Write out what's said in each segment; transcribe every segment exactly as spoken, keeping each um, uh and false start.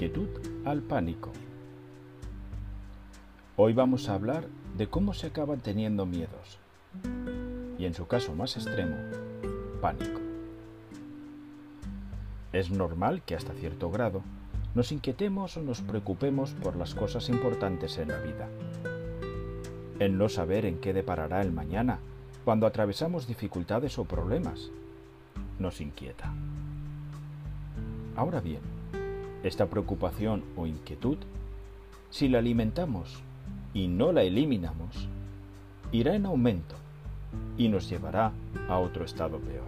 inquietud al pánico. Hoy vamos a hablar de cómo se acaban teniendo miedos y, en su caso más extremo, pánico. Es normal que hasta cierto grado nos inquietemos o nos preocupemos por las cosas importantes en la vida. El no saber en qué deparará el mañana cuando atravesamos dificultades o problemas nos inquieta. Ahora bien, esta preocupación o inquietud, si la alimentamos y no la eliminamos, irá en aumento y nos llevará a otro estado peor.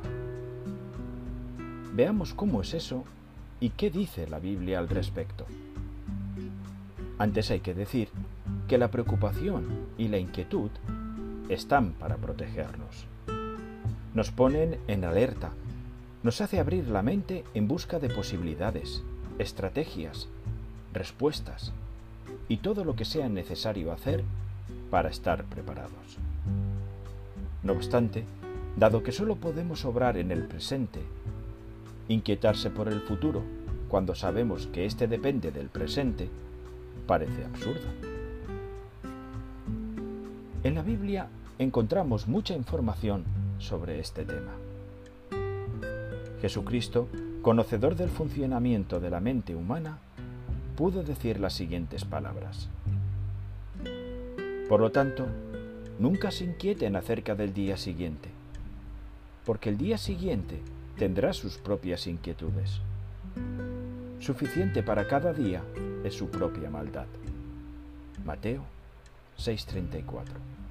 Veamos cómo es eso y qué dice la Biblia al respecto. Antes hay que decir que la preocupación y la inquietud están para protegernos. Nos ponen en alerta, nos hace abrir la mente en busca de posibilidades, estrategias, respuestas y todo lo que sea necesario hacer para estar preparados. No obstante, dado que solo podemos obrar en el presente, inquietarse por el futuro cuando sabemos que éste depende del presente parece absurdo. En la Biblia encontramos mucha información sobre este tema. Jesucristo, conocedor del funcionamiento de la mente humana, pudo decir las siguientes palabras: por lo tanto, nunca se inquieten acerca del día siguiente, porque el día siguiente tendrá sus propias inquietudes. Suficiente para cada día es su propia maldad. Mateo seis treinta y cuatro.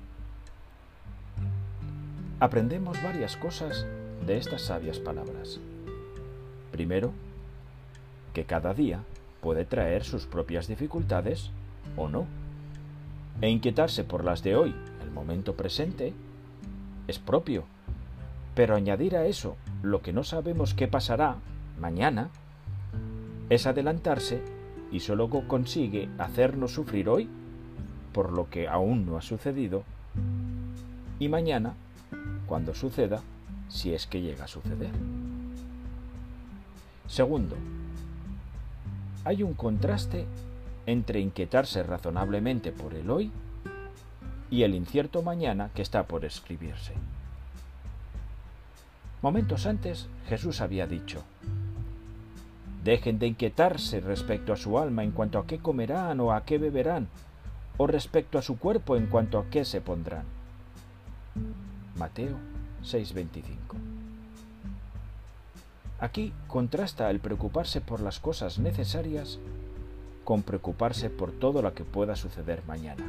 Aprendemos varias cosas de estas sabias palabras. Primero, que cada día puede traer sus propias dificultades o no, e inquietarse por las de hoy, el momento presente, es propio, pero añadir a eso lo que no sabemos qué pasará mañana es adelantarse y solo consigue hacernos sufrir hoy por lo que aún no ha sucedido y mañana, cuando suceda, si es que llega a suceder. Segundo, hay un contraste entre inquietarse razonablemente por el hoy y el incierto mañana que está por escribirse. Momentos antes, Jesús había dicho: dejen de inquietarse respecto a su alma en cuanto a qué comerán o a qué beberán, o respecto a su cuerpo en cuanto a qué se pondrán. Mateo seis veinticinco. Aquí contrasta el preocuparse por las cosas necesarias con preocuparse por todo lo que pueda suceder mañana.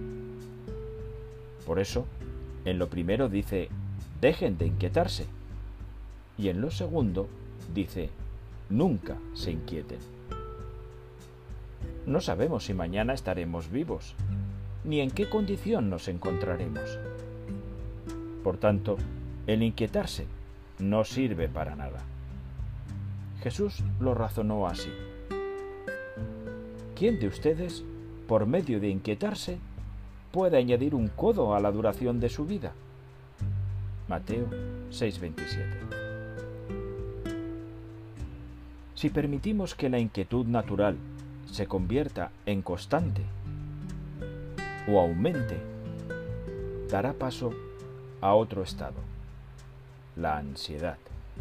Por eso, en lo primero dice: dejen de inquietarse, y en lo segundo dice: nunca se inquieten. No sabemos si mañana estaremos vivos, ni en qué condición nos encontraremos. Por tanto, el inquietarse no sirve para nada. Jesús lo razonó así: ¿quién de ustedes, por medio de inquietarse, puede añadir un codo a la duración de su vida? Mateo seis veintisiete. Si permitimos que la inquietud natural se convierta en constante o aumente, dará paso a otro estado, la ansiedad.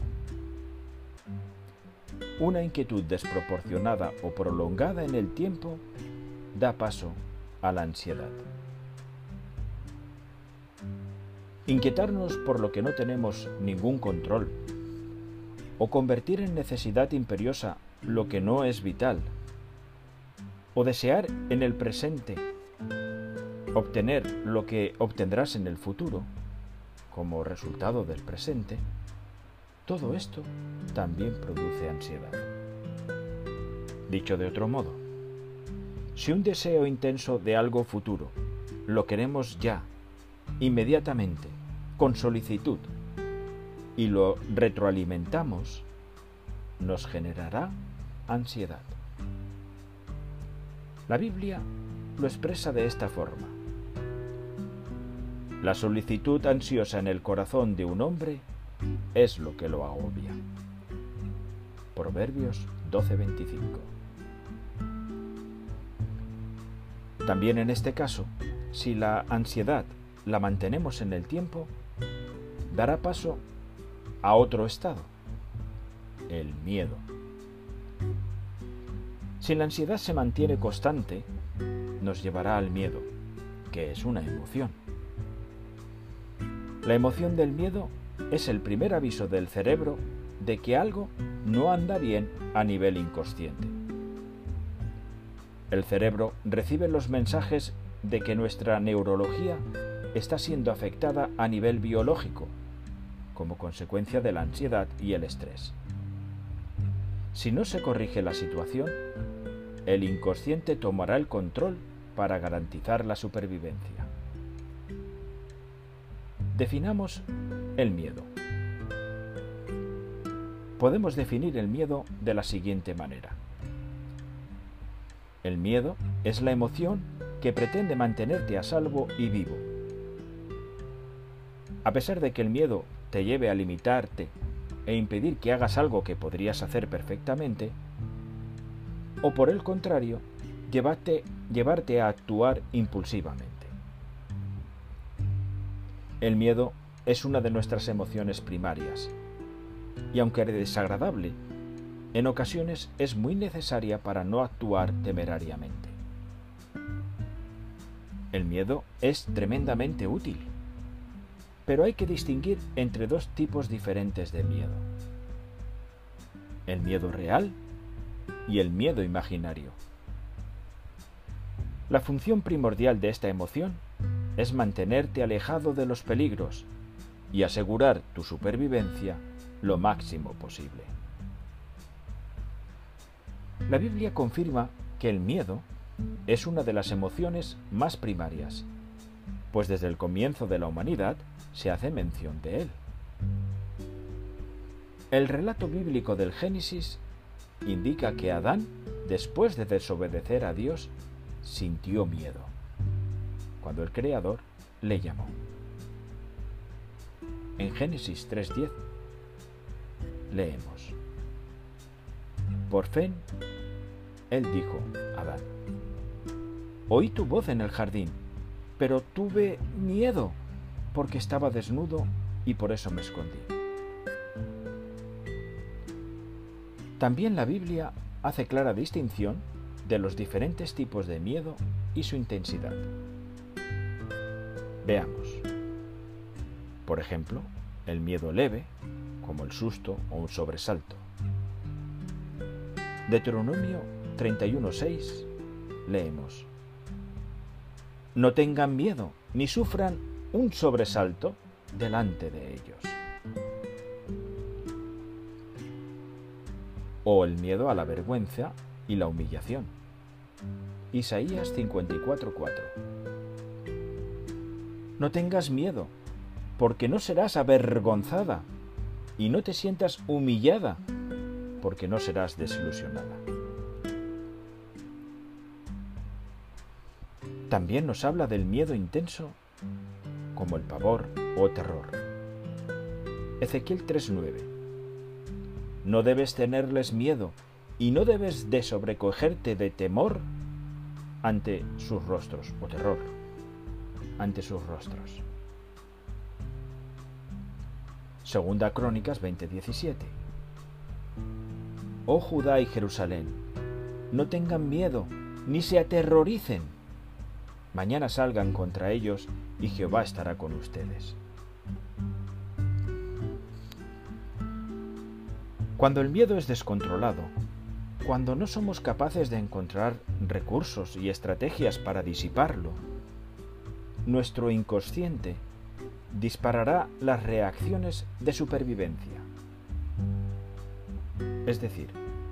Una inquietud desproporcionada o prolongada en el tiempo da paso a la ansiedad. Inquietarnos por lo que no tenemos ningún control, o convertir en necesidad imperiosa lo que no es vital, o desear en el presente obtener lo que obtendrás en el futuro como resultado del presente, todo esto también produce ansiedad. Dicho de otro modo, si un deseo intenso de algo futuro lo queremos ya, inmediatamente, con solicitud, y lo retroalimentamos, nos generará ansiedad. La Biblia lo expresa de esta forma: la solicitud ansiosa en el corazón de un hombre es lo que lo agobia. Proverbios doce veinticinco. También en este caso, si la ansiedad la mantenemos en el tiempo, dará paso a otro estado, el miedo. Si la ansiedad se mantiene constante, nos llevará al miedo, que es una emoción. La emoción del miedo es el primer aviso del cerebro de que algo no anda bien a nivel inconsciente. El cerebro recibe los mensajes de que nuestra neurología está siendo afectada a nivel biológico, como consecuencia de la ansiedad y el estrés. Si no se corrige la situación, el inconsciente tomará el control para garantizar la supervivencia. Definamos el miedo. Podemos definir el miedo de la siguiente manera. El miedo es la emoción que pretende mantenerte a salvo y vivo. A pesar de que el miedo te lleve a limitarte e impedir que hagas algo que podrías hacer perfectamente, o por el contrario, llevarte, llevarte a actuar impulsivamente. El miedo es una de nuestras emociones primarias, y aunque es desagradable, en ocasiones es muy necesaria para no actuar temerariamente. El miedo es tremendamente útil, pero hay que distinguir entre dos tipos diferentes de miedo: el miedo real y el miedo imaginario. La función primordial de esta emoción es mantenerte alejado de los peligros y asegurar tu supervivencia lo máximo posible. La Biblia confirma que el miedo es una de las emociones más primarias, pues desde el comienzo de la humanidad se hace mención de él. El relato bíblico del Génesis indica que Adán, después de desobedecer a Dios, sintió miedo, cuando el Creador le llamó. En Génesis tres diez leemos: por fe, él dijo a Adán: oí tu voz en el jardín, pero tuve miedo porque estaba desnudo y por eso me escondí. También la Biblia hace clara distinción de los diferentes tipos de miedo y su intensidad. Veamos. Por ejemplo, el miedo leve, como el susto o un sobresalto. Deuteronomio treinta y uno seis leemos: no tengan miedo ni sufran un sobresalto delante de ellos. O el miedo a la vergüenza y la humillación. Isaías cincuenta y cuatro cuatro. No tengas miedo, porque no serás avergonzada, y no te sientas humillada, porque no serás desilusionada. También nos habla del miedo intenso, como el pavor o terror. Ezequiel tres nueve. No debes tenerles miedo, y no debes de sobrecogerte de temor ante sus rostros, o terror, ante sus rostros. Segunda Crónicas veinte diecisiete. Oh Judá y Jerusalén, no tengan miedo, ni se aterroricen. Mañana salgan contra ellos, y Jehová estará con ustedes. Cuando el miedo es descontrolado, cuando no somos capaces de encontrar recursos y estrategias para disiparlo, nuestro inconsciente disparará las reacciones de supervivencia. Es decir,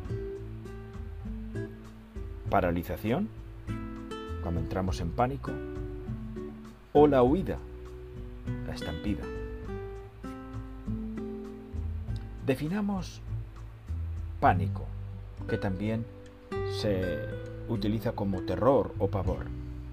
paralización, cuando entramos en pánico, o la huida, la estampida. Definamos pánico, que también se utiliza como terror o pavor.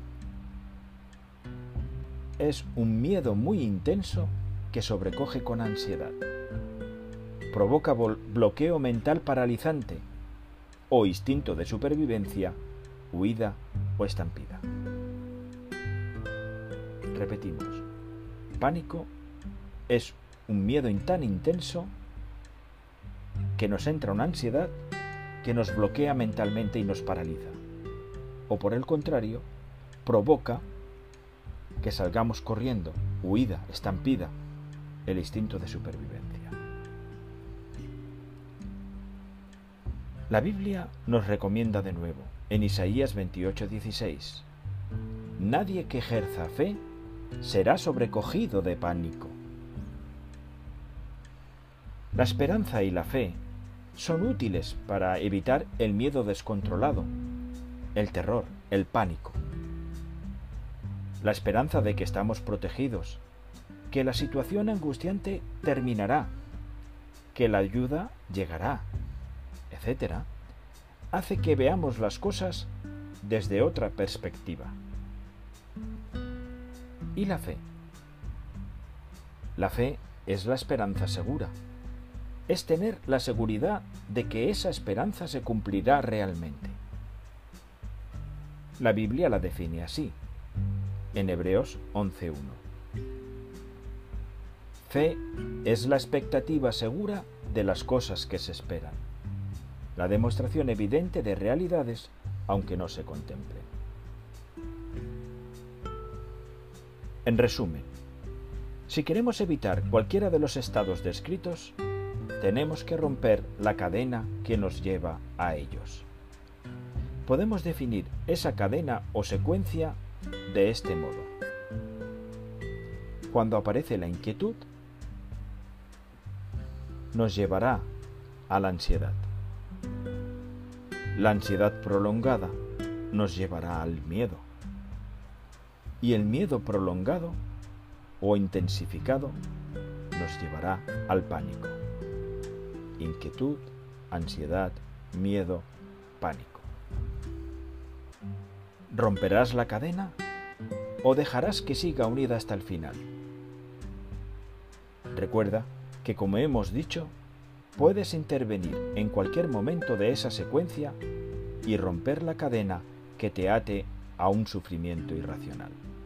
Es un miedo muy intenso que sobrecoge con ansiedad. Provoca bloqueo mental paralizante o instinto de supervivencia, huida o estampida. Repetimos, pánico es un miedo tan intenso que nos entra una ansiedad que nos bloquea mentalmente y nos paraliza. O por el contrario, provoca que salgamos corriendo, huida, estampida, el instinto de supervivencia. La Biblia nos recomienda de nuevo, en Isaías veintiocho dieciséis, nadie que ejerza fe será sobrecogido de pánico. La esperanza y la fe son útiles para evitar el miedo descontrolado, el terror, el pánico. La esperanza de que estamos protegidos, que la situación angustiante terminará, que la ayuda llegará, etcétera, hace que veamos las cosas desde otra perspectiva. ¿Y la fe? La fe es la esperanza segura. Es tener la seguridad de que esa esperanza se cumplirá realmente. La Biblia la define así, en Hebreos once uno. Fe es la expectativa segura de las cosas que se esperan, la demostración evidente de realidades aunque no se contemplen. En resumen, si queremos evitar cualquiera de los estados descritos, tenemos que romper la cadena que nos lleva a ellos. Podemos definir esa cadena o secuencia de este modo. Cuando aparece la inquietud, nos llevará a la ansiedad. La ansiedad prolongada nos llevará al miedo. Y el miedo prolongado o intensificado nos llevará al pánico. Inquietud, ansiedad, miedo, pánico. ¿Romperás la cadena o dejarás que siga unida hasta el final? Recuerda que, como hemos dicho, puedes intervenir en cualquier momento de esa secuencia y romper la cadena que te ate a un sufrimiento irracional.